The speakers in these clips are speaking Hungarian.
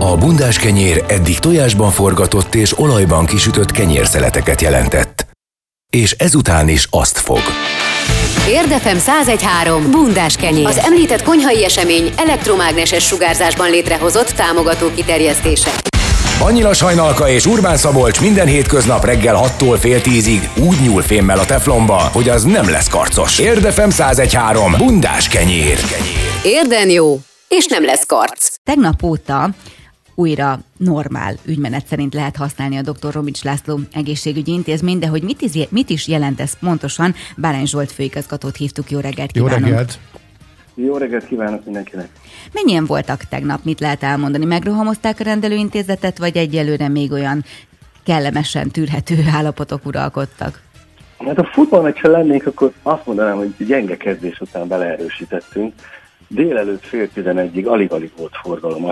A bundás kenyér eddig tojásban forgatott és olajban kisütött kenyérszeleteket jelentett. És ezután is azt fog. Érdefem 101.3 bundás kenyér. Az említett konyhai esemény elektromágneses sugárzásban létrehozott támogató kiterjesztése. Annyila Sajnalka és Urbán Szabolcs minden hétköznap reggel 6-tól fél 10-ig úgy nyúl fémmel a teflonba, hogy az nem lesz karcos. Érdefem 101.3 bundás kenyér. Érden jó, és nem lesz karc. Tegnap óta újra normál ügymenet szerint lehet használni a dr. Romics László egészségügyi intézmény, de hogy mit is jelent ez pontosan, Bárány Zsolt főigazgatót hívtuk, jó reggelt kívánunk! Jó reggelt! Jó reggelt kívánok mindenkinek! Mennyien voltak tegnap, mit lehet elmondani? Megrohamozták a rendelőintézetet, vagy egyelőre még olyan kellemesen tűrhető állapotok uralkodtak? Hát a futballmeccsen lennénk, akkor azt mondanám, hogy gyenge kezdés után beleerősítettünk. Délelőtt 10:30-ig alig-alig volt forgalom,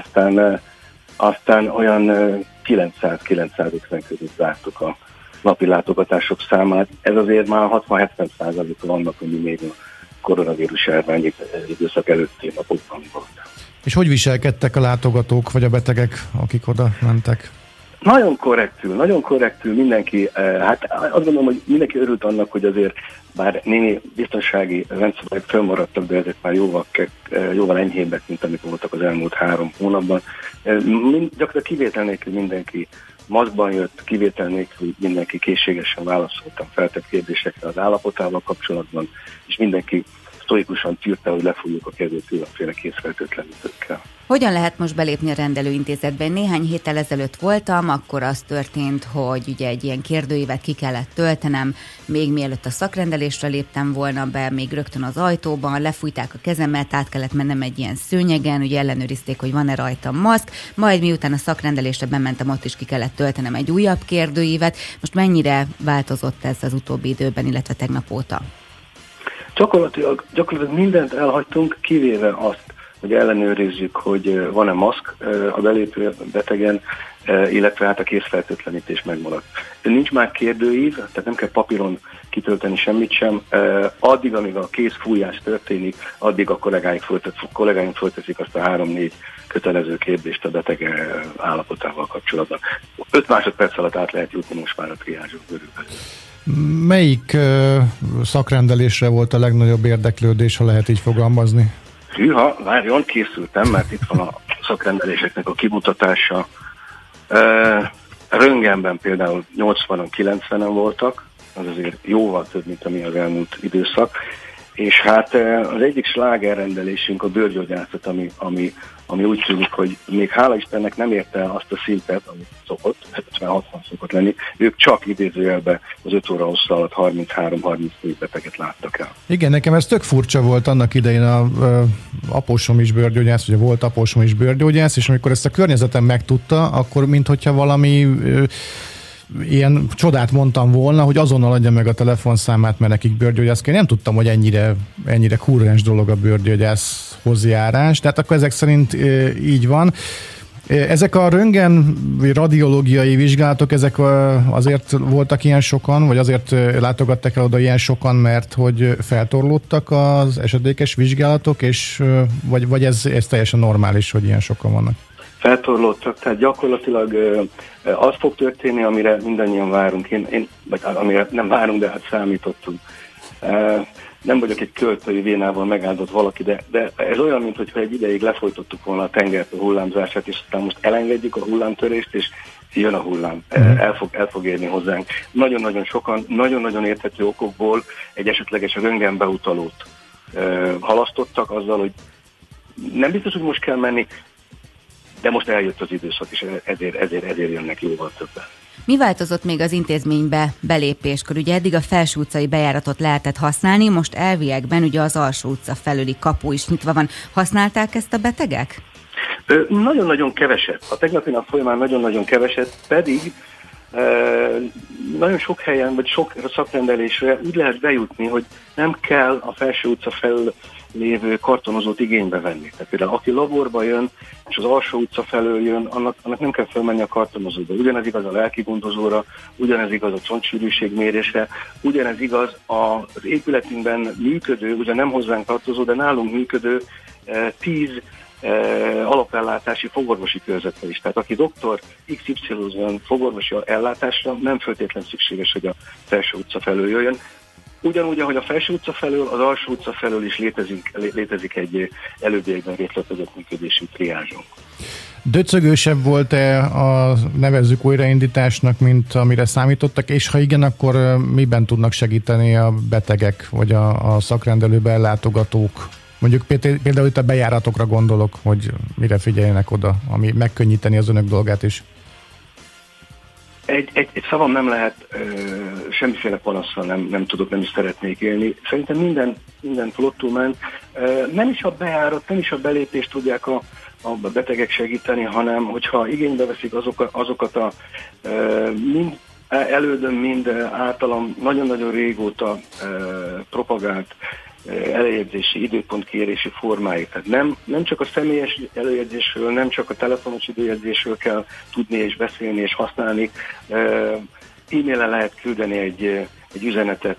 aztán olyan 900-950 között zártuk a napi látogatások számát. Ez azért már 60-70%-a vannak, ami még a koronavírus járvány időszak előtti napokban volt. És hogy viselkedtek a látogatók vagy a betegek, akik oda mentek? Nagyon korrektül mindenki, hát azt gondolom, hogy mindenki örült annak, hogy azért bár némi biztonsági rendszerek fölmaradtak, de ezek már jóval enyhébbek, mint amik voltak az elmúlt 3 hónapban. Gyakorlatilag kivétel nélkül mindenki maszkban jött, kivétel nélkül mindenki készségesen válaszoltam feltett kérdésekre az állapotával kapcsolatban, és mindenki sztoikusan tűrte, hogy lefújjuk a kezét különféle készfertőtlenítőkkel. Hogyan lehet most belépni a rendelőintézetbe? Néhány héttel ezelőtt voltam, akkor az történt, hogy ugye egy ilyen kérdőívet ki kellett töltenem, még mielőtt a szakrendelésre léptem volna be, még rögtön az ajtóban, lefújták a kezemet, át kellett mennem egy ilyen szőnyegen, ugye ellenőrizték, hogy van-e rajtam maszk, majd miután a szakrendelésre bementem, ott is ki kellett töltenem egy újabb kérdőívet. Most mennyire változott ez az utóbbi időben, illetve tegnap óta? Gyakorlatilag mindent elhagytunk, kivéve azt, hogy ellenőrizzük, hogy van-e maszk a belépő betegen, illetve hát a készfertőtlenítés megmaradt. Nincs már kérdőív, tehát nem kell papíron kitölteni semmit sem. Addig, amíg a kézfújás történik, addig a kollégáink fölteszik azt a 3-4 kötelező kérdést a beteg állapotával kapcsolatban. 5 másodperc alatt át lehet jutni most már a triázsok körülbelül. Melyik szakrendelésre volt a legnagyobb érdeklődés, ha lehet így fogalmazni? Hűha, várjon, készültem, mert itt van a szakrendeléseknek a kimutatása. Röntgenben például 80-an, 90-en voltak, az azért jóval több, mint ami az elmúlt időszak. És hát az egyik slágerrendelésünk a bőrgyógyászat, ami úgy tűnik, hogy még hála Istennek nem érte el azt a szintet, amit szokott, 70-60 szokott lenni. Ők csak idézőjelben az 5 óra hossza alatt 33-34 beteget láttak el. Igen, nekem ez tök furcsa volt annak idején apósom is bőrgyógyász, ugye volt apósom is bőrgyógyász, és amikor ezt a környezetem megtudta, akkor minthogyha valami ilyen csodát mondtam volna, hogy azonnal adja meg a telefonszámát, mert nekik bőrgyógyász kell. Nem tudtam, hogy ennyire kurrens dolog a bőrgyógyászhoz járás, tehát akkor ezek szerint így van. Ezek a röntgen radiológiai vizsgálatok, ezek azért voltak ilyen sokan, vagy azért látogattak el oda ilyen sokan, mert hogy feltorlódtak az esedékes vizsgálatok, és vagy ez teljesen normális, hogy ilyen sokan vannak? Feltorlódtak, tehát gyakorlatilag az fog történni, amire mindannyian várunk, vagy amire nem várunk, de hát számítottunk. Nem vagyok egy költői vénával megáldott valaki, de ez olyan, mintha egy ideig lefolytottuk volna a tengertől hullámzását, és aztán most elengedjük a hullámtörést, és jön a hullám. El fog érni hozzánk. Nagyon-nagyon sokan, nagyon-nagyon érthető okokból egy esetleges röntgenbe utalót halasztottak azzal, hogy nem biztos, hogy most kell menni, de most eljött az időszak, és ezért jönnek jóval többen. Mi változott még az intézménybe belépéskor? Ugye eddig a Felső utcai bejáratot lehetett használni, most elviekben ugye az Alsó utca felüli kapu is nyitva van. Használták ezt a betegek? Nagyon-nagyon keveset. A tegnapi nap folyamán nagyon-nagyon keveset, pedig nagyon sok helyen, vagy sok szakrendelésre úgy lehet bejutni, hogy nem kell a Felső utca felül lévő kartonozót igénybe venni. Tehát például aki laborba jön, és az Alsó utca felől jön, annak nem kell felmenni a kartonozóba. Ugyanez igaz a lelki gondozóra, ugyanez igaz a csontsűrűségmérésre, ugyanez igaz az épületünkben működő, ugye nem hozzánk tartozó, de nálunk működő 10 alapellátási fogorvosi körzettel is. Tehát aki doktor XY fogorvosi ellátásra, nem feltétlenül szükséges, hogy a Felső utca felől jöjjön. Ugyanúgy, ahogy a Felső utca felől, az Alsó utca felől is létezik egy előbbiekben részletezett működésű triázsunk. Döcögősebb volt-e a nevezzük újraindításnak, mint amire számítottak, és ha igen, akkor miben tudnak segíteni a betegek, vagy a szakrendelőbe ellátogatók? Mondjuk például itt a bejáratokra gondolok, hogy mire figyeljenek oda, ami megkönnyíteni az önök dolgát is. Egy szavam nem lehet, semmiféle panaszsal nem tudok, nem is szeretnék élni. Szerintem minden flottul ment. Nem is a bejárat, nem is a belépést tudják a betegek segíteni, hanem hogyha igénybe veszik azokat a mind elődön, mind általam nagyon-nagyon régóta propagált előjegyzési, időpontkérési formáit. Tehát nem csak a személyes előjegyzésről, nem csak a telefonos időjegyzésről kell tudni és beszélni és használni. E-mailen lehet küldeni egy üzenetet,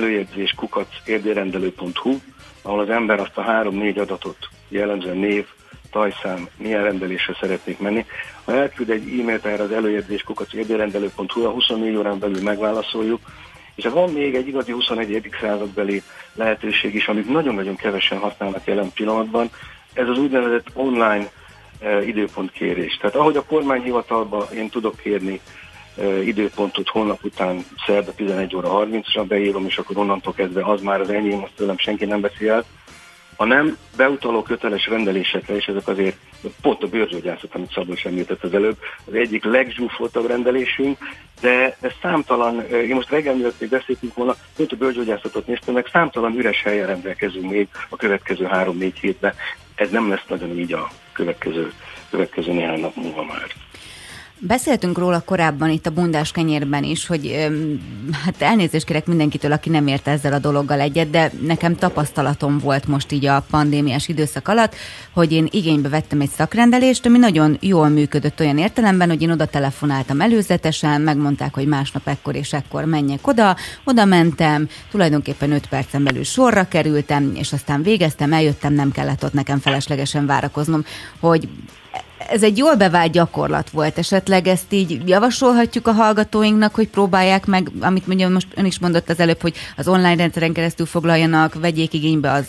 előjegyzés@érdérendelő.hu, ahol az ember azt a 3-4 adatot, jellemzően név, tajszám, milyen rendelésre szeretnék menni. Ha elküld egy e-mailt erre az előjegyzés@érdérendelő.hu, a 24 órán belül megválaszoljuk, és van még egy igazi 21. századbeli lehetőség is, amit nagyon-nagyon kevesen használnak jelen pillanatban, ez az úgynevezett online időpontkérés. Tehát ahogy a kormányhivatalban én tudok kérni időpontot holnap után szerda 11 óra 30-ra, beírom, és akkor onnantól kezdve az már az enyém, azt tőlem senki nem veszi el, hanem beutaló köteles rendelésekre, és ezek azért pont a bőrgyógyászat, amit Szabolcs említett az előbb, az egyik legzsúfoltabb rendelésünk, de számtalan, én most reggel miatt még beszéltünk volna, pont a bőrgyógyászatot néztem meg, számtalan üres helyen rendelkezünk még a következő 3-4 hétben. Ez nem lesz nagyon így a következő néhány nap múlva már. Beszéltünk róla korábban itt a Bundás kenyérben is, hogy hát elnézést kérek mindenkitől, aki nem ért ezzel a dologgal egyet, de nekem tapasztalatom volt most így a pandémiás időszak alatt, hogy én igénybe vettem egy szakrendelést, ami nagyon jól működött olyan értelemben, hogy én oda telefonáltam előzetesen, megmondták, hogy másnap ekkor és ekkor menjek oda mentem, tulajdonképpen 5 percen belül sorra kerültem, és aztán végeztem, eljöttem, nem kellett ott nekem feleslegesen várakoznom, hogy ez egy jól bevált gyakorlat volt. Esetleg ezt így javasolhatjuk a hallgatóinknak, hogy próbálják meg, amit mondjam, most ön is mondott az előbb, hogy az online rendszeren keresztül foglaljanak, vegyék igénybe az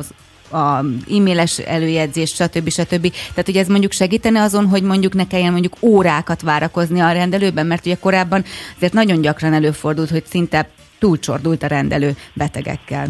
e-mailes előjegyzést, stb. Tehát, hogy ez mondjuk segítene azon, hogy mondjuk ne kelljen mondjuk órákat várakozni a rendelőben, mert ugye korábban azért nagyon gyakran előfordult, hogy szinte túlcsordult a rendelő betegekkel.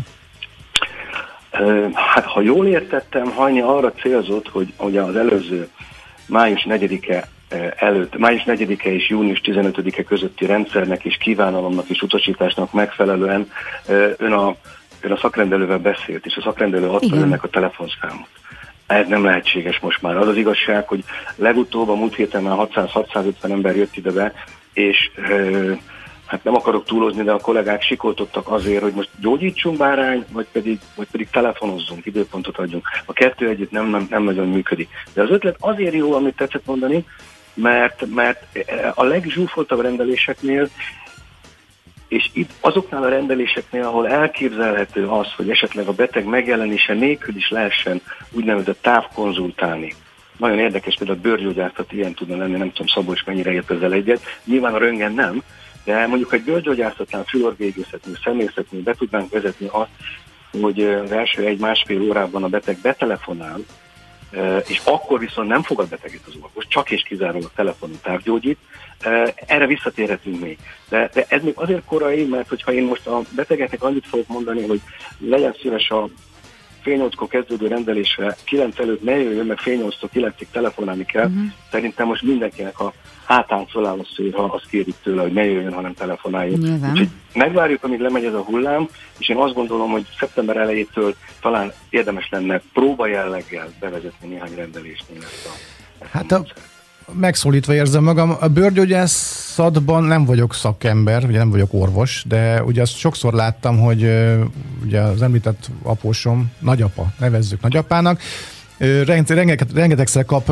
Hát, ha jól értettem, Hajni arra célzott, hogy az előző május 4-e előtt, május 4-e és június 15-e közötti rendszernek és kívánalomnak és utasításnak megfelelően ön a szakrendelővel beszélt, és a szakrendelő adta önnek a telefonszámot. Ez nem lehetséges most már. Az az igazság, hogy legutóbb a múlt héten már 600-650 ember jött ide be, és hát nem akarok túlozni, de a kollégák sikoltottak azért, hogy most gyógyítsunk bárány, vagy pedig telefonozzunk, időpontot adjunk. A kettő együtt nem nagyon működik. De az ötlet azért jó, amit tetszett mondani, mert a legzsúfoltabb rendeléseknél, és itt azoknál a rendeléseknél, ahol elképzelhető az, hogy esetleg a beteg megjelenése nélkül is lehessen úgynevezett távkonzultálni. Nagyon érdekes, például a bőrgyógyászat ilyen tudna lenni, nem tudom, Szabolcs mennyire ért ezzel egyet. Nyilván a röntgen nem, de mondjuk egy bőrgyógyászatnál, fülorvégészetnél, szemészetnél be tudnánk vezetni azt, hogy az első 1-1,5 órában a beteg betelefonál, és akkor viszont nem fogad beteget az orvos, csak és kizárólag telefonon távgyógyít. Erre visszatérhetünk még. De ez még azért korai, mert hogyha én most a betegeknek annyit fogok mondani, hogy legyen szíves a fél 8-kor kezdődő rendelésre 9 előtt ne jöjjön, meg fél 8-tól 9-ig telefonálni kell. Szerintem most mindenkinek a hátán föláll a szőr, ha azt kérik tőle, hogy ne jöjjön, hanem telefonáljon. Úgyhogy megvárjuk, amíg lemegy ez a hullám, és én azt gondolom, hogy szeptember elejétől talán érdemes lenne próba jelleggel bevezetni néhány rendelésnél ezt megszólítva érzem magam. A bőrgyógyászatban nem vagyok szakember, ugye nem vagyok orvos, de ugye azt sokszor láttam, hogy ugye az említett apósom, nagyapa, nevezzük nagyapának, Rengetegszer kap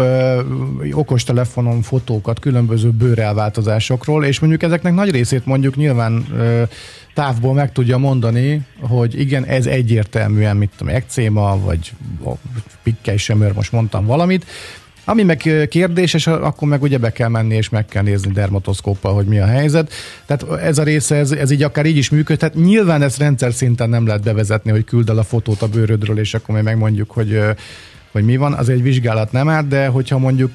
okostelefonon fotókat különböző bőrelváltozásokról, és mondjuk ezeknek nagy részét mondjuk nyilván távból meg tudja mondani, hogy igen, ez egyértelműen, mit tudom, ekcéma, vagy pikkely-sömör, most mondtam valamit. Ami meg kérdéses, akkor meg ugye be kell menni, és meg kell nézni dermatoszkóppal, hogy mi a helyzet. Tehát ez a része, ez így akár így is működhet. Nyilván ezt rendszer szinten nem lehet bevezetni, hogy küld el a fotót a bőrödről, és akkor majd megmondjuk, hogy mi van. Az egy vizsgálat nem árt, de hogyha mondjuk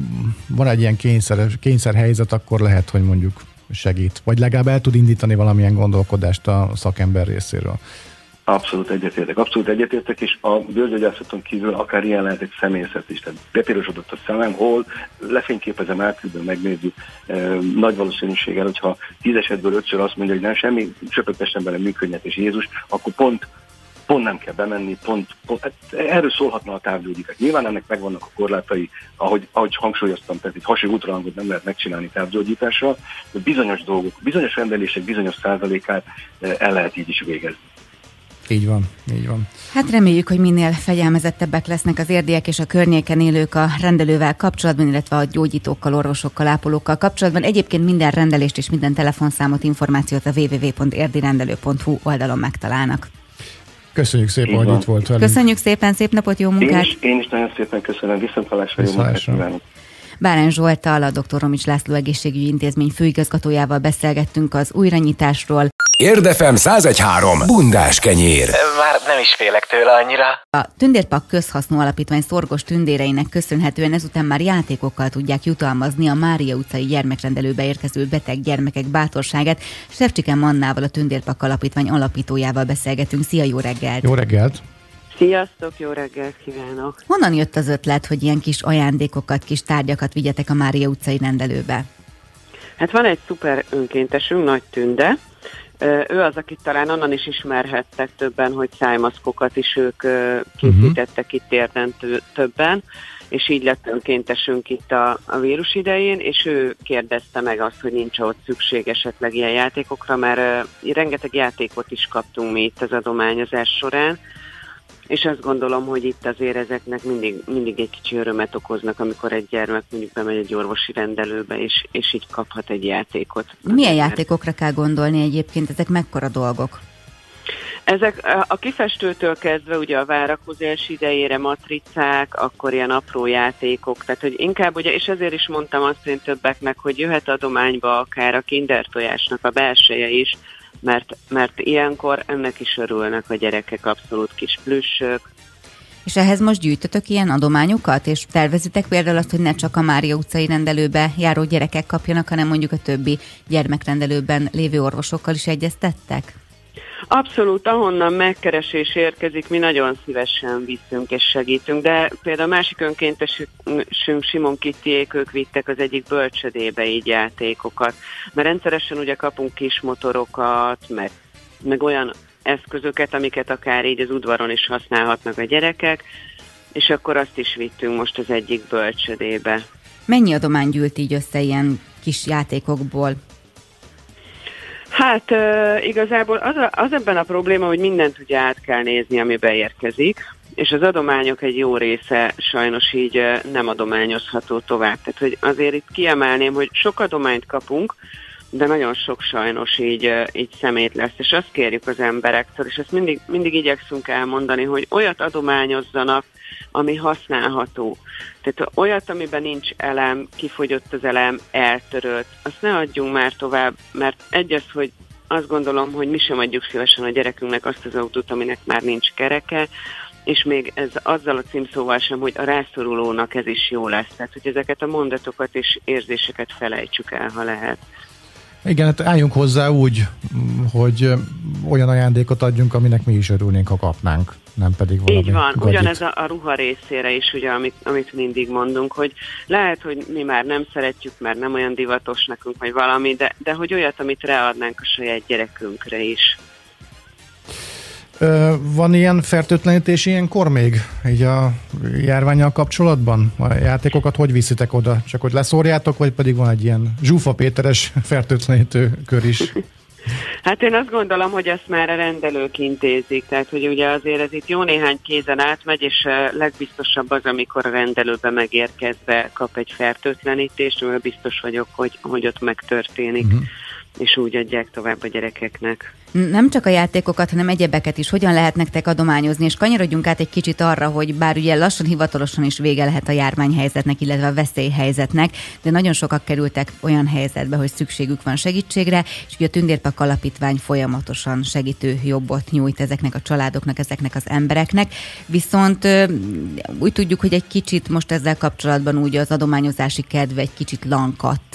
van egy ilyen kényszerhelyzet, akkor lehet, hogy mondjuk segít. Vagy legalább el tud indítani valamilyen gondolkodást a szakember részéről. Abszolút egyetértek, és a bőrgyógyászaton kívül akár ilyen lehet egy személyzet is. Tehát bepirosodott a szemem, hol lefényképezem, elküldöm, megnézzük. Nagy valószínűséggel, hogyha 10 esetből 5-ször azt mondja, hogy nem, semmi csöpögtessen bele működjetés Jézus, akkor pont nem kell bemenni, hát erről szólhatna a távgyógyítás. Nyilván ennek megvannak a korlátai, ahogy hangsúlyoztam, tehát egy hasi ultrahangot nem lehet megcsinálni távgyógyításra, de bizonyos dolgok, bizonyos rendelések bizonyos százalékát el lehet így is végezni. Így van. Hát reméljük, hogy minél fegyelmezettebbek lesznek az érdiek és a környéken élők a rendelővel kapcsolatban, illetve a gyógyítókkal, orvosokkal, ápolókkal kapcsolatban. Egyébként minden rendelést és minden telefonszámot, információt a www.erdirendelő.hu oldalon megtalálnak. Köszönjük szépen, hogy itt volt velünk. Köszönjük szépen, szép napot, jó munkát! Én is nagyon szépen köszönöm, viszonthallásra, jó munkát kívánok! Bálint Zsolttal, a Dr. Romics László Egészségügyi Intézmény főigazgatójával beszélgettünk az újranyitásról. Érdefem 101.3 Bundás kenyér. Már nem is félek tőle annyira. A Tündérpak Közhasznú Alapítvány szorgos tündéreinek köszönhetően ezután már játékokkal tudják jutalmazni a Mária utcai gyermekrendelőbe érkező beteg gyermekek bátorságát. Sevcsiken Mannával, a Tündérpak Alapítvány alapítójával beszélgetünk. Szia, jó reggelt! Jó reggelt! Sziasztok, jó reggelt kívánok! Honnan jött az ötlet, hogy ilyen kis ajándékokat, kis tárgyakat vigyetek a Mária utcai rendelőbe? Hát van egy szuper önkéntesünk, Nagy Tünde. Ő az, akit talán onnan is ismerhettek többen, hogy szájmaszkokat is ők készítettek itt érden többen, és így lett önkéntesünk itt a vírus idején, és ő kérdezte meg azt, hogy nincs ott szükség esetleg ilyen játékokra, mert rengeteg játékot is kaptunk mi itt az adományozás során, és azt gondolom, hogy itt azért ezeknek mindig egy kicsi örömet okoznak, amikor egy gyermek mondjuk bemegy egy orvosi rendelőbe, és így kaphat egy játékot. Milyen játékokra kell gondolni egyébként? Ezek mekkora dolgok? Ezek a kifestőtől kezdve ugye a várakozás idejére matricák, akkor ilyen apró játékok, tehát hogy inkább ugye, és ezért is mondtam azt én többeknek, hogy jöhet adományba akár a Kinder tojásnak a belseje is, mert ilyenkor ennek is örülnek a gyerekek, abszolút kis plüssök. És ehhez most gyűjtötök ilyen adományokat, és tervezitek például azt, hogy ne csak a Mária utcai rendelőbe járó gyerekek kapjanak, hanem mondjuk a többi gyermekrendelőben lévő orvosokkal is egyeztettek? Abszolút, ahonnan megkeresés érkezik, mi nagyon szívesen viszünk és segítünk, de például a másik önkéntesünk, Simon Kittiék, ők vittek az egyik bölcsödébe így játékokat, mert rendszeresen ugye kapunk kis motorokat, meg olyan eszközöket, amiket akár így az udvaron is használhatnak a gyerekek, és akkor azt is vittünk most az egyik bölcsödébe. Mennyi adomány gyűlt így össze ilyen kis játékokból? Hát igazából az ebben a probléma, hogy mindent ugye át kell nézni, ami beérkezik, és az adományok egy jó része sajnos így nem adományozható tovább. Tehát hogy azért itt kiemelném, hogy sok adományt kapunk, de nagyon sok sajnos így szemét lesz, és azt kérjük az emberektől, és ezt mindig igyekszünk elmondani, hogy olyat adományozzanak, ami használható. Tehát olyat, amiben nincs elem, kifogyott az elem, eltörött, azt ne adjunk már tovább, mert hogy azt gondolom, hogy mi sem adjuk szívesen a gyerekünknek azt az autót, aminek már nincs kereke, és még ez azzal a címszóval sem, hogy a rászorulónak ez is jó lesz. Tehát, hogy ezeket a mondatokat és érzéseket felejtsük el, ha lehet. Igen, hát álljunk hozzá úgy, hogy olyan ajándékot adjunk, aminek mi is örülnénk, ha kapnánk, nem pedig valami így van, gagyit. Ugyanez a ruha részére is, ugye, amit mindig mondunk, hogy lehet, hogy mi már nem szeretjük, mert nem olyan divatos nekünk, vagy valami, de hogy olyat, amit ráadnánk a saját gyerekünkre is. Van ilyen fertőtlenítés ilyenkor még, így a járvánnyal kapcsolatban? A játékokat hogy viszitek oda? Csak hogy leszórjátok, vagy pedig van egy ilyen Zsúfa Péteres fertőtlenítő kör is? Hát én azt gondolom, hogy ezt már a rendelők intézik, tehát hogy ugye azért ez itt jó néhány kézen átmegy, és legbiztosabb az, amikor a rendelőbe megérkezve kap egy fertőtlenítést, mert biztos vagyok, hogy ott megtörténik. És úgy adják tovább a gyerekeknek. Nem csak a játékokat, hanem egyebeket is hogyan lehet nektek adományozni, és kanyarodjunk át egy kicsit arra, hogy bár ugye lassan hivatalosan is vége lehet a járványhelyzetnek, illetve a veszélyhelyzetnek, de nagyon sokak kerültek olyan helyzetbe, hogy szükségük van segítségre, és ugye a Tündérpak Alapítvány folyamatosan segítő jobbot nyújt ezeknek a családoknak, ezeknek az embereknek. Viszont úgy tudjuk, hogy egy kicsit most ezzel kapcsolatban úgy az adományozási kedv egy kicsit lankadt.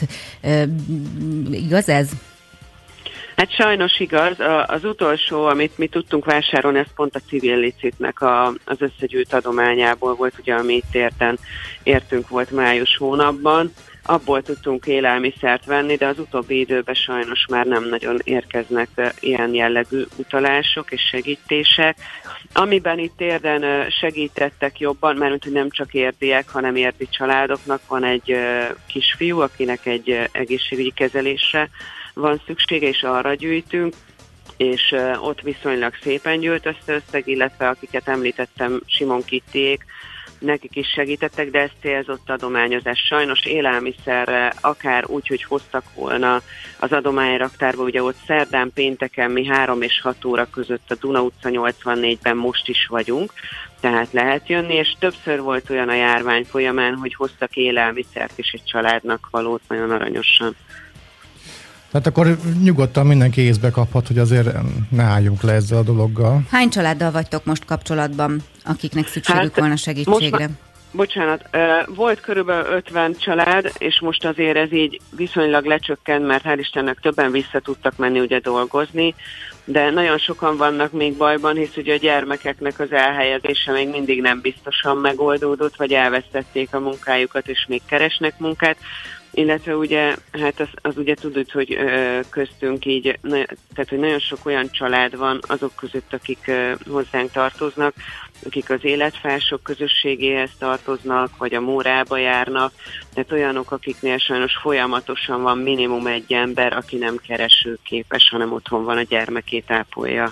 Igaz ez? Hát sajnos igaz. Az utolsó, amit mi tudtunk vásárolni, ez pont a Civil Licitnek az összegyűjt adományából volt, ugye, ami itt értünk volt május hónapban. Abból tudtunk élelmiszert venni, de az utóbbi időben sajnos már nem nagyon érkeznek ilyen jellegű utalások és segítések. Amiben itt Érden segítettek jobban, mert hogy nem csak érdiek, hanem érdi családoknak van egy kisfiú, akinek egy egészségügyi kezelésre van szüksége, és arra gyűjtünk, és ott viszonylag szépen gyűlt összeg, illetve akiket említettem, Simon Kittiék, nekik is segítettek, de ez célzott adományozás. Sajnos élelmiszerre, akár úgy, hogy hoztak volna az adományraktárba, ugye ott szerdán, pénteken mi 3 és 6 óra között a Duna utca 84-ben most is vagyunk, tehát lehet jönni, és többször volt olyan a járvány folyamán, hogy hoztak élelmiszert is egy családnak valót, nagyon aranyosan. Tehát akkor nyugodtan mindenki észbe kaphat, hogy azért ne álljunk le ezzel a dologgal. Hány családdal vagytok most kapcsolatban, akiknek szükségük volna segítségre? Bocsánat, volt körülbelül 50 család, és most azért ez így viszonylag lecsökkent, mert hál' Istennek többen vissza tudtak menni ugye dolgozni, de nagyon sokan vannak még bajban, hisz ugye a gyermekeknek az elhelyezése még mindig nem biztosan megoldódott, vagy elvesztették a munkájukat, és még keresnek munkát. Illetve ugye, hát az ugye tudod, hogy köztünk így, tehát hogy nagyon sok olyan család van azok között, akik hozzánk tartoznak, akik az életfelsők közösségéhez tartoznak, vagy a Mórába járnak, tehát olyanok, akiknél sajnos folyamatosan van minimum egy ember, aki nem keresőképes, hanem otthon van, a gyermekét ápolja.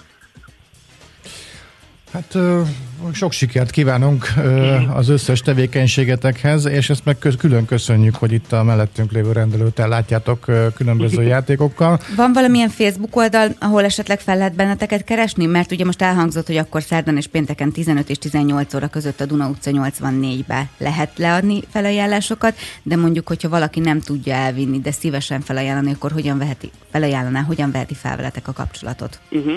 Hát sok sikert kívánunk az összes tevékenységetekhez, és ezt meg külön köszönjük, hogy itt a mellettünk lévő rendelőt látjátok különböző játékokkal. Van valamilyen Facebook oldal, ahol esetleg fel lehet benneteket keresni? Mert ugye most elhangzott, hogy akkor szerdán és pénteken 15 és 18 óra között a Duna utca 84-be lehet leadni felajánlásokat, de mondjuk, hogyha valaki nem tudja elvinni, de szívesen felajánlani, akkor hogyan veheti fel veletek a kapcsolatot?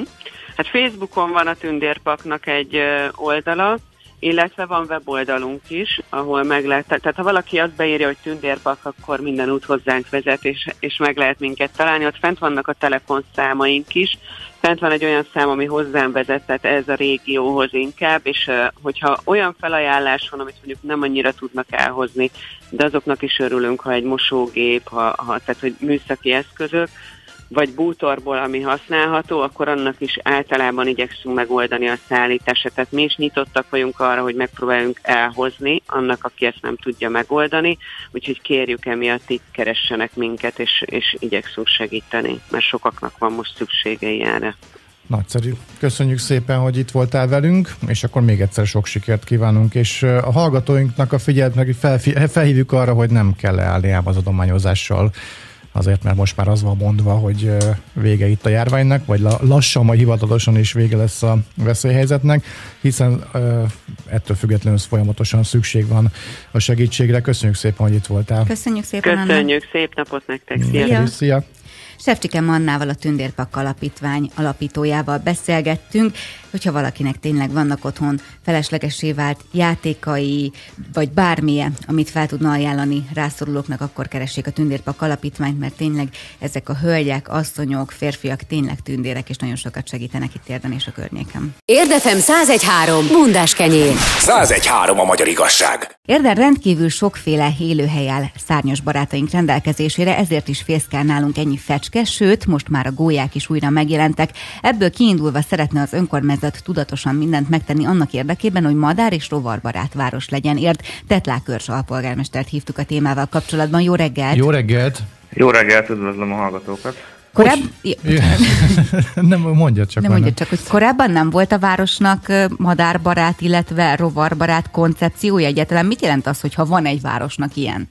Hát Facebookon van a Tündérpaknak egy oldala, illetve van weboldalunk is, ahol meg lehet, tehát ha valaki azt beírja, hogy Tündérpak, akkor minden út hozzánk vezet, és meg lehet minket találni. Ott fent vannak a telefonszámaink is, fent van egy olyan szám, ami hozzám vezet, tehát ez a régióhoz inkább, és hogyha olyan felajánlás van, amit mondjuk nem annyira tudnak elhozni, de azoknak is örülünk, ha egy mosógép, tehát hogy műszaki eszközök, vagy bútorból, ami használható, akkor annak is általában igyekszünk megoldani a szállítását. Tehát mi is nyitottak vagyunk arra, hogy megpróbáljunk elhozni annak, aki ezt nem tudja megoldani, úgyhogy kérjük emiatt, így keressenek minket, és igyekszünk segíteni, mert sokaknak van most szüksége ilyenre. Nagyszerű. Köszönjük szépen, hogy itt voltál velünk, és akkor még egyszer sok sikert kívánunk, és a hallgatóinknak a figyelmet felhívjuk arra, hogy nem kell leállni ám az adományozással, azért, mert most már az van mondva, hogy vége itt a járványnak, vagy lassan, majd hivatalosan is vége lesz a veszélyhelyzetnek, hiszen ettől függetlenül folyamatosan szükség van a segítségre. Köszönjük szépen, hogy itt voltál. Köszönjük szépen, Anna. Köszönjük, szép napot nektek. Szia! Szia. Sevcsike Mannával, a Tündérpak Alapítvány alapítójával beszélgettünk, hogyha valakinek tényleg vannak otthon feleslegessé vált játékai, vagy bármilyen, amit fel tudna ajánlani rászorulóknak, akkor keressék a Tündérpak Alapítványt, mert tényleg ezek a hölgyek, asszonyok, férfiak tényleg tündérek, és nagyon sokat segítenek itt Érden és a környéken. Érd FM 101.3, Bundás kenyér. 101.3 a magyar igazság. Érden rendkívül sokféle élőhely áll szárnyas barátaink rendelkezésére, ezért is fészkel nálunk ennyi fecske, sőt, most már a gólyák is újra megjelentek. Ebből kiindulva szeretne az önkormányzat tudatosan mindent megtenni annak érdekében, hogy madár- és rovarbarát város legyen Érd. Tetlák Őrs alpolgármestert hívtuk a témával kapcsolatban. Jó reggelt! Jó reggelt! Jó reggelt, üdvözlöm a hallgatókat! Nem mondja csak. Nem mondja csak, hogy korábban nem volt a városnak madárbarát, illetve rovarbarát koncepciója egyáltalán. Mit jelent az, hogyha van egy városnak ilyen?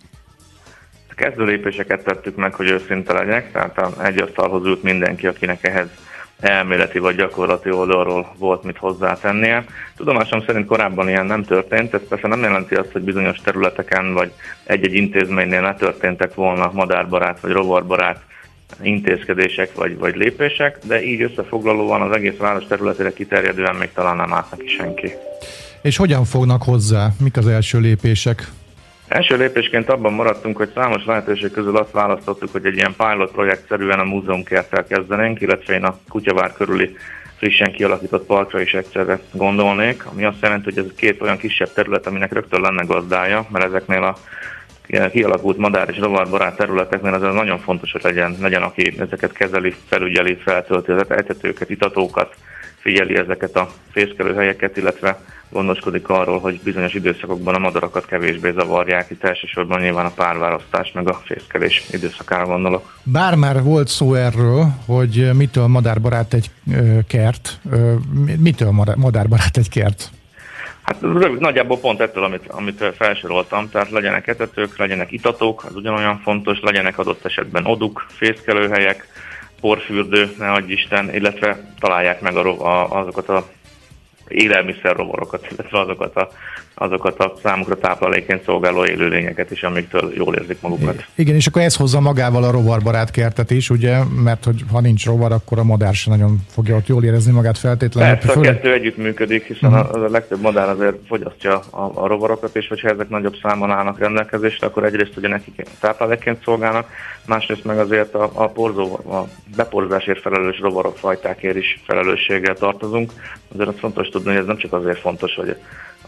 Kezdő lépéseket tettük meg, hogy őszinte legyek, tehát egy asztalhoz ült mindenki, akinek ehhez elméleti vagy gyakorlati oldalról volt mit hozzátennie. Tudomásom szerint korábban ilyen nem történt, ez persze nem jelenti azt, hogy bizonyos területeken vagy egy-egy intézménynél ne történtek volna madárbarát vagy rovarbarát intézkedések vagy lépések, de így összefoglalóan az egész város területére kiterjedően még talán nem állt neki senki. És hogyan fognak hozzá? Mik az első lépések? Első lépésként abban maradtunk, hogy számos lehetőség közül azt választottuk, hogy egy ilyen pilot projektszerűen a múzeumkerttel kezdenénk, illetve én a Kutyavár körüli frissen kialakított parkra is egyszerre gondolnék, ami azt jelenti, hogy ez két olyan kisebb terület, aminek rögtön lenne gazdája, mert ezeknél a kialakult madár és rovarbarát területeknél az nagyon fontos, hogy legyen, aki ezeket kezeli, felügyeli, feltölti az etetőket, itatókat, figyeli ezeket a fészkelőhelyeket, illetve gondoskodik arról, hogy bizonyos időszakokban a madarakat kevésbé zavarják. Itt elsősorban nyilván a párválasztás meg a fészkelés időszakára gondolok. Bár már volt szó erről, hogy mitől madárbarát egy kert, mitől madárbarát egy kert? Hát rövid, nagyjából pont ettől, amit felsoroltam, tehát legyenek etetők, legyenek itatók, az ugyanolyan fontos, legyenek adott esetben oduk, fészkelőhelyek, porfürdő, ne adj Isten, illetve találják meg azokat a élelmiszerrovarokat, illetve azokat a számukra táplálékként szolgáló élőlényeket is, amiktől jól érzik magukat. Igen, és akkor ez hozza magával a rovarbarát kertet is, ugye, mert hogy ha nincs rovar, akkor a madár sem nagyon fogja ott jól érezni magát feltétlenül. Persze, a kettő együttműködik, hiszen a legtöbb madár azért fogyasztja a rovarokat, és hogyha ezek nagyobb számban állnak rendelkezésre, akkor egyrészt ugye nekik táplálékként szolgálnak, másrészt meg azért a beporzásért felelős rovarok fajtákért is felelősséggel tartozunk. Azért az fontos tudni, hogy ez nem csak azért fontos, hogy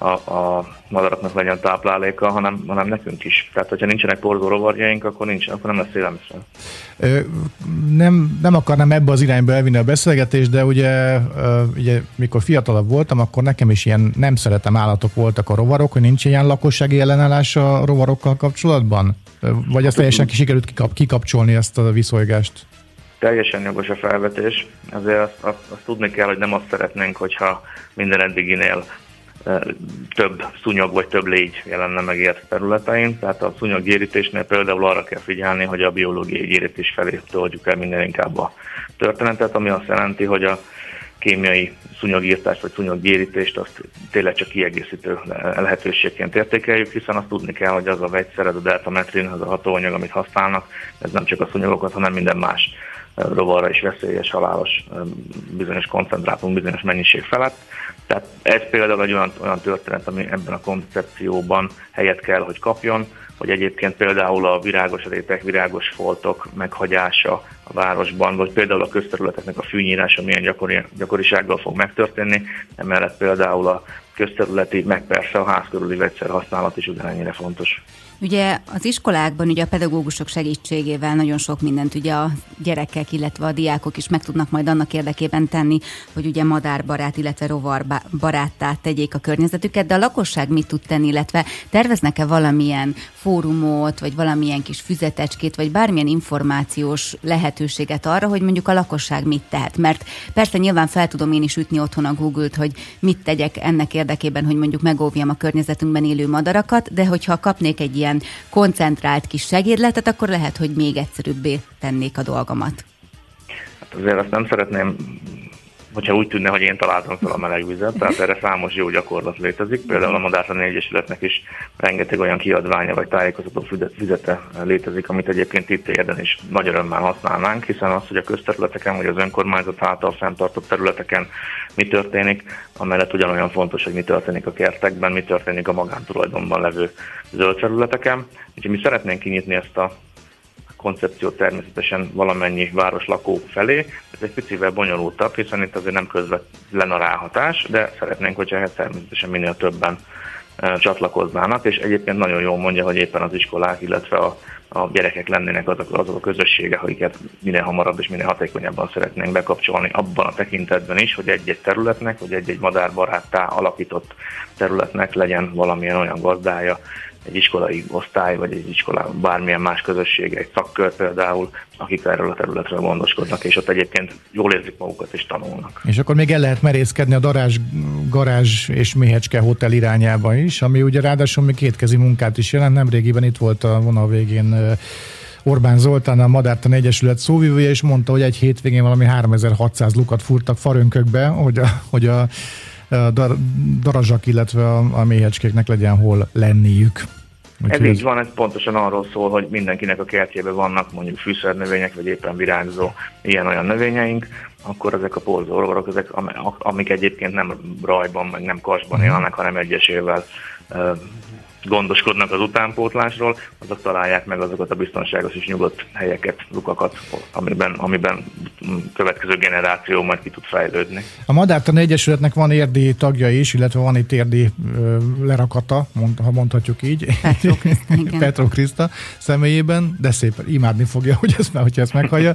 a madaraknak legyen tápláléka, hanem nekünk is. Tehát, hogyha nincsenek porzó rovarjaink, akkor nem lesz élelmiszer. Nem akarnám ebbe az irányba elvinni a beszélgetést, de ugye mikor fiatalabb voltam, akkor nekem is ilyen nem szeretem állatok voltak a rovarok, hogy nincs ilyen lakossági ellenállás a rovarokkal kapcsolatban? Vagy ezt teljesen sikerült kikapcsolni ezt a viszonygást? Teljesen jogos a felvetés. Azért azt tudni kell, hogy nem azt szeretnénk, hogyha minden eddiginél több szúnyog vagy több légy jelenne meg ért területein. Tehát a szúnyoggyérítésnél például arra kell figyelni, hogy a biológiai gyérítés felé toljuk el minden inkább a történetet, ami azt jelenti, hogy a kémiai szúnyogírtást vagy szúnyoggyérítést azt tényleg csak kiegészítő lehetőségként értékeljük, hiszen azt tudni kell, hogy az a vegyszer, az a deltametrin, az a hatóanyag, amit használnak, ez nem csak a szúnyogokat, hanem minden más rovarra is veszélyes, halálos bizonyos koncentrátum, bizonyos mennyiség felett. Tehát ez például egy olyan történet, ami ebben a koncepcióban helyet kell, hogy kapjon, hogy egyébként például a virágos réteg, virágos foltok meghagyása a városban, vagy például a közterületeknek a fűnyírása milyen gyakorisággal fog megtörténni, emellett például a közterületi, meg persze a ház körüli vegyszer használat is ugyanennyire fontos. Ugye az iskolákban ugye a pedagógusok segítségével nagyon sok mindent ugye a gyerekek, illetve a diákok is meg tudnak majd annak érdekében tenni, hogy ugye madárbarát, illetve rovarbaráttá tegyék a környezetüket, de a lakosság mit tud tenni, illetve terveznek-e valamilyen fórumot, vagy valamilyen kis füzetecskét, vagy bármilyen információs lehetőséget arra, hogy mondjuk a lakosság mit tehet? Mert persze nyilván fel tudom én is ütni otthon a Google-t, hogy mit tegyek ennek érdekében, hogy mondjuk megóvjam a környezetünkben élő madarakat, de hogyha kapnék egy ilyen koncentrált kis segédletet, akkor lehet, hogy még egyszerűbbé tennék a dolgomat. Hát azért azt nem szeretném, hogyha úgy tűnne, hogy én találtam fel a meleg vizet, tehát erre számos jó gyakorlat létezik. Például a Madártani Egyesületnek is rengeteg olyan kiadványa vagy tájékoztató füzete létezik, amit egyébként itt Érden is nagy örömmel használnánk, hiszen az, hogy a közterületeken vagy az önkormányzat által fenntartott területeken mi történik, amellett ugyanolyan fontos, hogy mi történik a kertekben, mi történik a magántulajdonban levő zöld területeken. Úgyhogy mi szeretnénk kinyitni ezt a koncepciót természetesen valamennyi városlakó felé. Ez egy picivel bonyolultabb, hiszen itt azért nem közvetlen a ráhatás, de szeretnénk, hogyha ehhez természetesen minél többen csatlakoznának, és egyébként nagyon jól mondja, hogy éppen az iskolák, illetve a gyerekek lennének azok a közösségek, akiket minél hamarabb és minél hatékonyabban szeretnénk bekapcsolni abban a tekintetben is, hogy egy-egy területnek, vagy egy-egy madárbaráttá alakított területnek legyen valamilyen olyan gazdája, egy iskolai osztály, vagy egy iskola, bármilyen más közösség, egy szakkör például, akik erről a területről gondoskodnak, és ott egyébként jól érzik magukat és tanulnak. És akkor még el lehet merészkedni a Darázs garázs és Méhecske hotel irányába is, ami ugye ráadásul még kétkezi munkát is jelent. Nemrégiben itt volt a vonal végén Orbán Zoltán, a Madártani Egyesület szóvivője, és mondta, hogy egy hétvégén valami 3600 lukat fúrtak farönkökbe, hogy a darazsak, illetve a méhecskéknek legyen hol lenniük. Ez így van, ez pontosan arról szól, hogy mindenkinek a kertjében vannak mondjuk fűszernövények, vagy éppen virágzó ilyen-olyan növényeink, akkor ezek a porzó rovarok, ezek, amik egyébként nem rajban, meg nem kasban élnek, hanem egyesével gondoskodnak az utánpótlásról, azok találják meg azokat a biztonságos és nyugodt helyeket, lukakat, amiben következő generáció majd ki tud fejlődni. A Madártani Egyesületnek van érdi tagja is, illetve van itt érdi lerakata, ha mondhatjuk így, Petró Kriszta személyében, de szépen imádni fogja, hogyha ezt meghallja.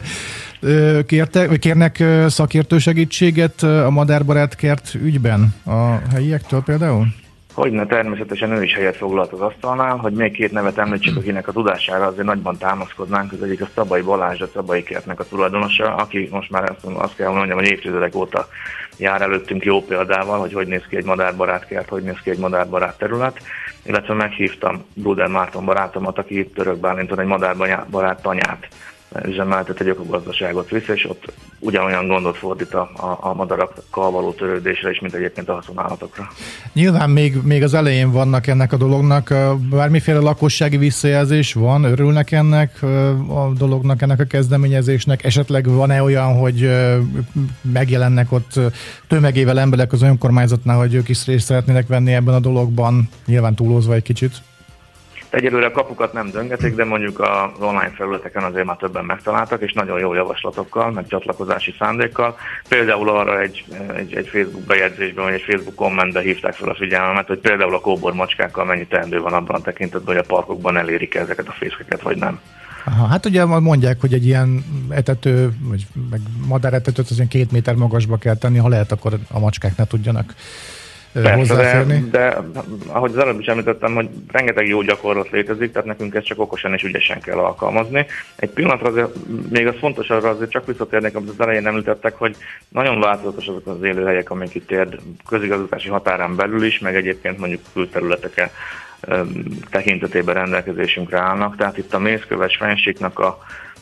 Kérnek szakértő segítséget a madárbarát kert ügyben a helyiektől például? Hogyne, természetesen ő is helyet foglalt az asztalnál, hogy még két nevet említsük, akinek a tudására azért nagyban támaszkodnánk. Az egyik a Szabai Balázs, a Szabai kertnek a tulajdonosa, aki most már azt kell mondjam, hogy évtizedek óta jár előttünk jó példával, hogy néz ki egy madárbarát kert, hogy néz ki egy madárbarát terület, illetve meghívtam Bruder Márton barátomat, aki itt Török Bálinton egy madárbarát tanyát üzemeltet, egy ökogazdaságot visz, és ott ugyanolyan gondot fordít a madarakkal való törődésre is, mint egyébként a haszonállatokra. Nyilván még az elején vannak ennek a dolognak, bármiféle lakossági visszajelzés van, örülnek ennek a dolognak, ennek a kezdeményezésnek, esetleg van-e olyan, hogy megjelennek ott tömegével emberek az önkormányzatnál, hogy ők is részt szeretnének venni ebben a dologban, nyilván túlozva egy kicsit? Egyelőre a kapukat nem döngetik, de mondjuk az online felületeken azért már többen megtaláltak, és nagyon jó javaslatokkal, meg csatlakozási szándékkal. Például arra egy Facebook bejegyzésben, vagy egy Facebook kommentben hívták fel a figyelmemet, hogy például a kóbormacskákkal mennyi teendő van abban a tekintetben, hogy a parkokban elérik ezeket a fészkeket, vagy nem. Aha, hát ugye mondják, hogy egy ilyen etető, vagy meg madáretetőt az ilyen 2 méter magasba kell tenni, ha lehet, akkor a macskák ne tudjanak hozzáférni. De ahogy az előbb is említettem, hogy rengeteg jó gyakorlat létezik, tehát nekünk ezt csak okosan és ügyesen kell alkalmazni. Egy pillanatra azért, még az fontos arra azért csak visszatérnék, amit az elején említettek, hogy nagyon változatos azok az élőhelyek, amik itt közigazgatási határán belül is, meg egyébként mondjuk külterületeken tekintetében rendelkezésünkre állnak. Tehát itt a Mészköves fennsíknak a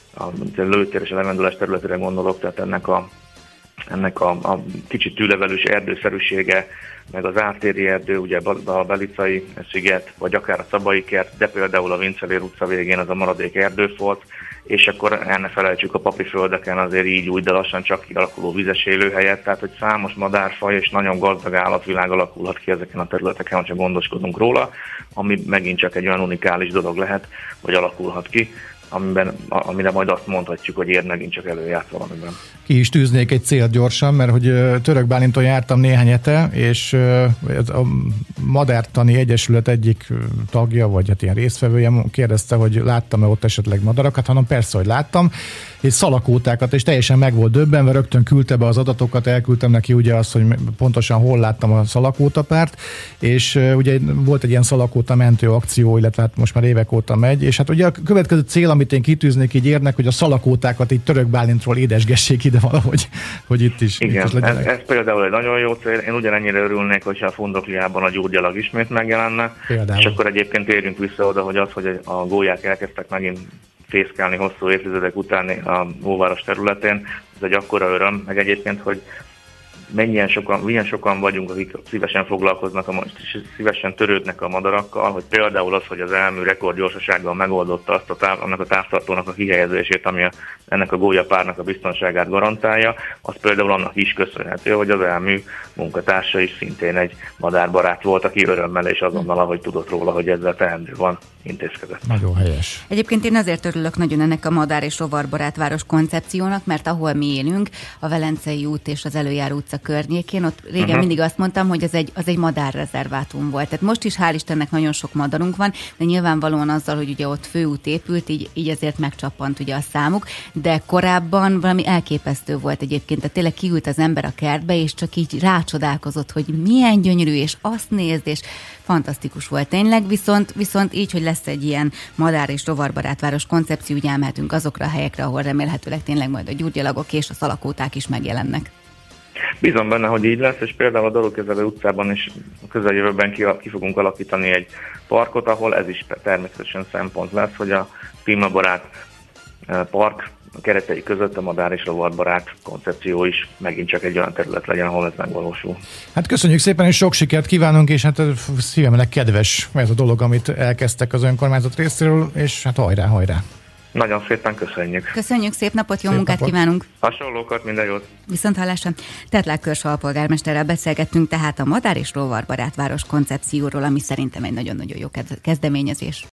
lőtér és a levendulás területére gondolok, tehát ennek a kicsit tűlevelős erdőszerűsége, meg az ártéri erdő, ugye a Belicai sziget, vagy akár a Szabai kert, de például a Vincelér utca végén az a maradék erdőfolt, és akkor el ne felejtsük a papiföldeken azért így úgy, de lassan csak kialakuló vizes élőhelyet, tehát hogy számos madárfaj és nagyon gazdag állatvilág alakulhat ki ezeken a területeken, hogyha gondoskodunk róla, ami megint csak egy olyan unikális dolog lehet, vagy alakulhat ki, amire majd azt mondhatjuk, hogy ér megint csak előjárt valamiben. Ki is tűznék egy célt gyorsan, mert hogy Török Bálinton jártam néhány hete, és a Madártani Egyesület egyik tagja, vagy hát ilyen résztvevője kérdezte, hogy láttam-e ott esetleg madarakat, hanem persze, hogy láttam, és szalakótákat, és teljesen meg volt döbbenve, rögtön küldte be az adatokat, elküldtem neki ugye azt, hogy pontosan hol láttam a szalakótapárt, és ugye volt egy ilyen szalakóta mentő akció, illetve hát most már évek óta megy, és hát ugye a következő cél, amit én kitűznék, így érnek, hogy a szalakótákat így Török Bálintról édesgessék ide valahogy, hogy itt is. Igen, itt is ez például egy nagyon jó cél. Én ugyanennyire örülnék, hogyha a Fundokliában a gyógyalag ismét megjelenne, például. És akkor egyébként térjünk vissza oda, hogy a gólyák elkezdtek megint fészkelni hosszú évtizedek után a Óváros területén. Ez egy akkora öröm, meg egyébként, hogy milyen sokan vagyunk, akik szívesen foglalkoznak, és szívesen törődnek a madarakkal, hogy például az, hogy az elmű rekordgyorsasággal megoldotta annak a távtartónak a kihelyezését, ami ennek a gólyapárnak a biztonságát garantálja, az például annak is köszönhető, hogy az elmű munkatársa is szintén egy madárbarát volt, aki örömmel és azonnal, ahogy tudott róla, hogy ezzel teendő van, intézkedett. Nagyon helyes. Egyébként én azért örülök nagyon ennek a madár és rovarbarát város koncepciónak, mert ahol mi élünk, a Velencei út és az Előjáró utca környékén, ott régen mindig azt mondtam, hogy az egy madárrezervátum volt. Tehát most is hál' Istennek nagyon sok madarunk van, de nyilvánvalóan azzal, hogy ugye ott főút épült, így ezért megcsappant ugye a számuk, de korábban valami elképesztő volt egyébként. Tehát tényleg kiült az ember a kertbe, és csak így rácsodálkozott, hogy milyen gyönyörű, és azt nézd, és fantasztikus volt tényleg, viszont így, hogy lesz egy ilyen madár- és rovarbarát város koncepció, úgy elmehetünk azokra a helyekre, ahol remélhetőleg tényleg majd a gyurgyalagok és a szalakóták is megjelennek. Bízom benne, hogy így lesz, és például a Dalókezelő utcában is a közeljövőben ki fogunk alakítani egy parkot, ahol ez is természetesen szempont lesz, hogy a klímabarát park keretei között a madár- és rovarbarát koncepció is megint csak egy olyan terület legyen, ahol ez megvalósul. Hát köszönjük szépen, és sok sikert kívánunk, és hát szívemnek kedves ez a dolog, amit elkezdtek az önkormányzat részéről, és hát hajrá! Nagyon szépen köszönjük. Köszönjük, szép napot, jó munkát kívánunk. Hasonlókat, minden jót. Viszonthallásra. Tetlák Körs alpolgármesterrel beszélgettünk tehát a madár- és rovarbarát város koncepcióról, ami szerintem egy nagyon-nagyon jó kezdeményezés.